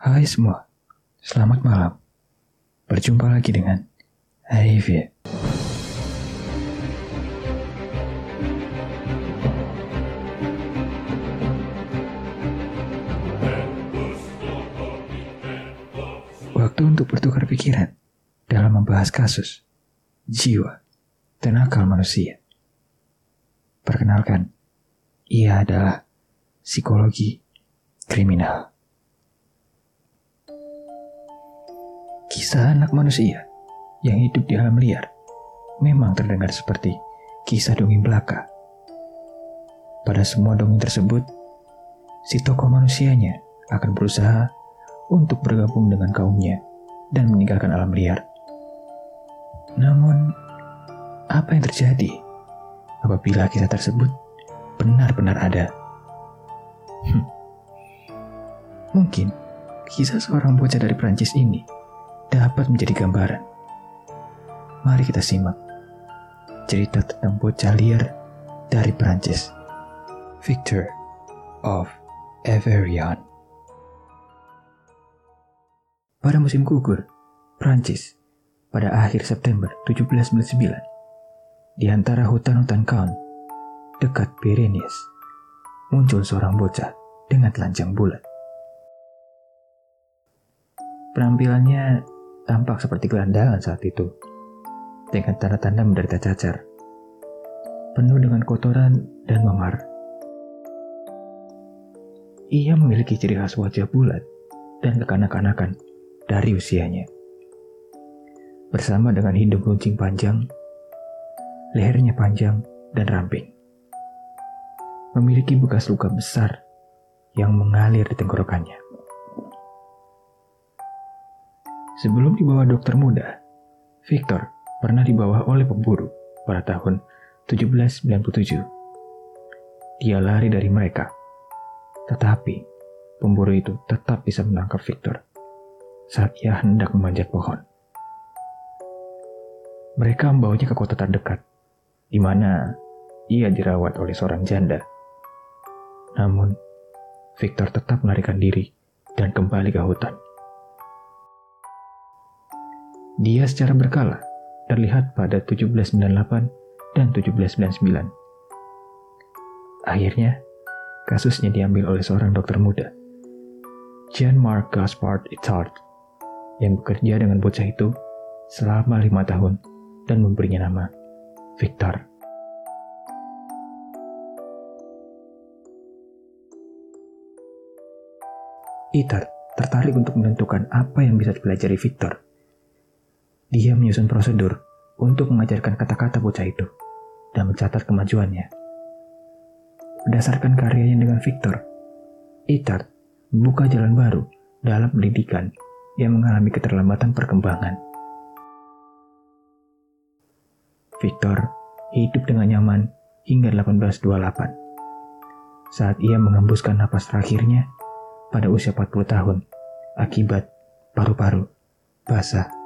Hai semua, selamat malam. Berjumpa lagi dengan Arifia. Waktu untuk bertukar pikiran dalam membahas kasus, jiwa, dan akal manusia. Perkenalkan, ia adalah psikologi kriminal. Kisah anak manusia yang hidup di alam liar memang terdengar seperti kisah dongeng belaka. Pada semua dongeng tersebut, si tokoh manusianya akan berusaha untuk bergabung dengan kaumnya dan meninggalkan alam liar. Namun, apa yang terjadi apabila kisah tersebut benar-benar ada? Mungkin kisah seorang bocah dari Prancis ini dapat menjadi gambaran. Mari kita simak cerita tentang bocah liar dari Prancis, Victor of Aveyron. Pada musim gugur, Prancis, pada akhir September 1799, di antara hutan-hutan Caen, dekat Pyrenees, muncul seorang bocah dengan telanjang bulat. Penampilannya tampak seperti gelandangan saat itu, dengan tanda-tanda menderita cacar, penuh dengan kotoran dan memar. Ia memiliki ciri khas wajah bulat dan kekanak-kanakan dari usianya. Bersama dengan hidung runcing panjang, lehernya panjang dan ramping. Memiliki bekas luka besar yang mengalir di tenggorokannya. Sebelum dibawa dokter muda, Victor pernah dibawa oleh pemburu pada tahun 1797. Dia lari dari mereka, tetapi pemburu itu tetap bisa menangkap Victor saat ia hendak memanjat pohon. Mereka membawanya ke kota terdekat, di mana ia dirawat oleh seorang janda. Namun, Victor tetap melarikan diri dan kembali ke hutan. Dia secara berkala terlihat pada 1798 dan 1799. Akhirnya, kasusnya diambil oleh seorang dokter muda, Jean-Marc Gaspard Itard, yang bekerja dengan bocah itu selama 5 tahun dan memberinya nama Victor. Itard tertarik untuk menentukan apa yang bisa dipelajari Victor. Dia menyusun prosedur untuk mengajarkan kata-kata bocah itu dan mencatat kemajuannya. Berdasarkan karyanya dengan Victor, Itard membuka jalan baru dalam pendidikan yang mengalami keterlambatan perkembangan. Victor hidup dengan nyaman hingga 1828 saat ia mengembuskan napas terakhirnya pada usia 40 tahun akibat paru-paru basah.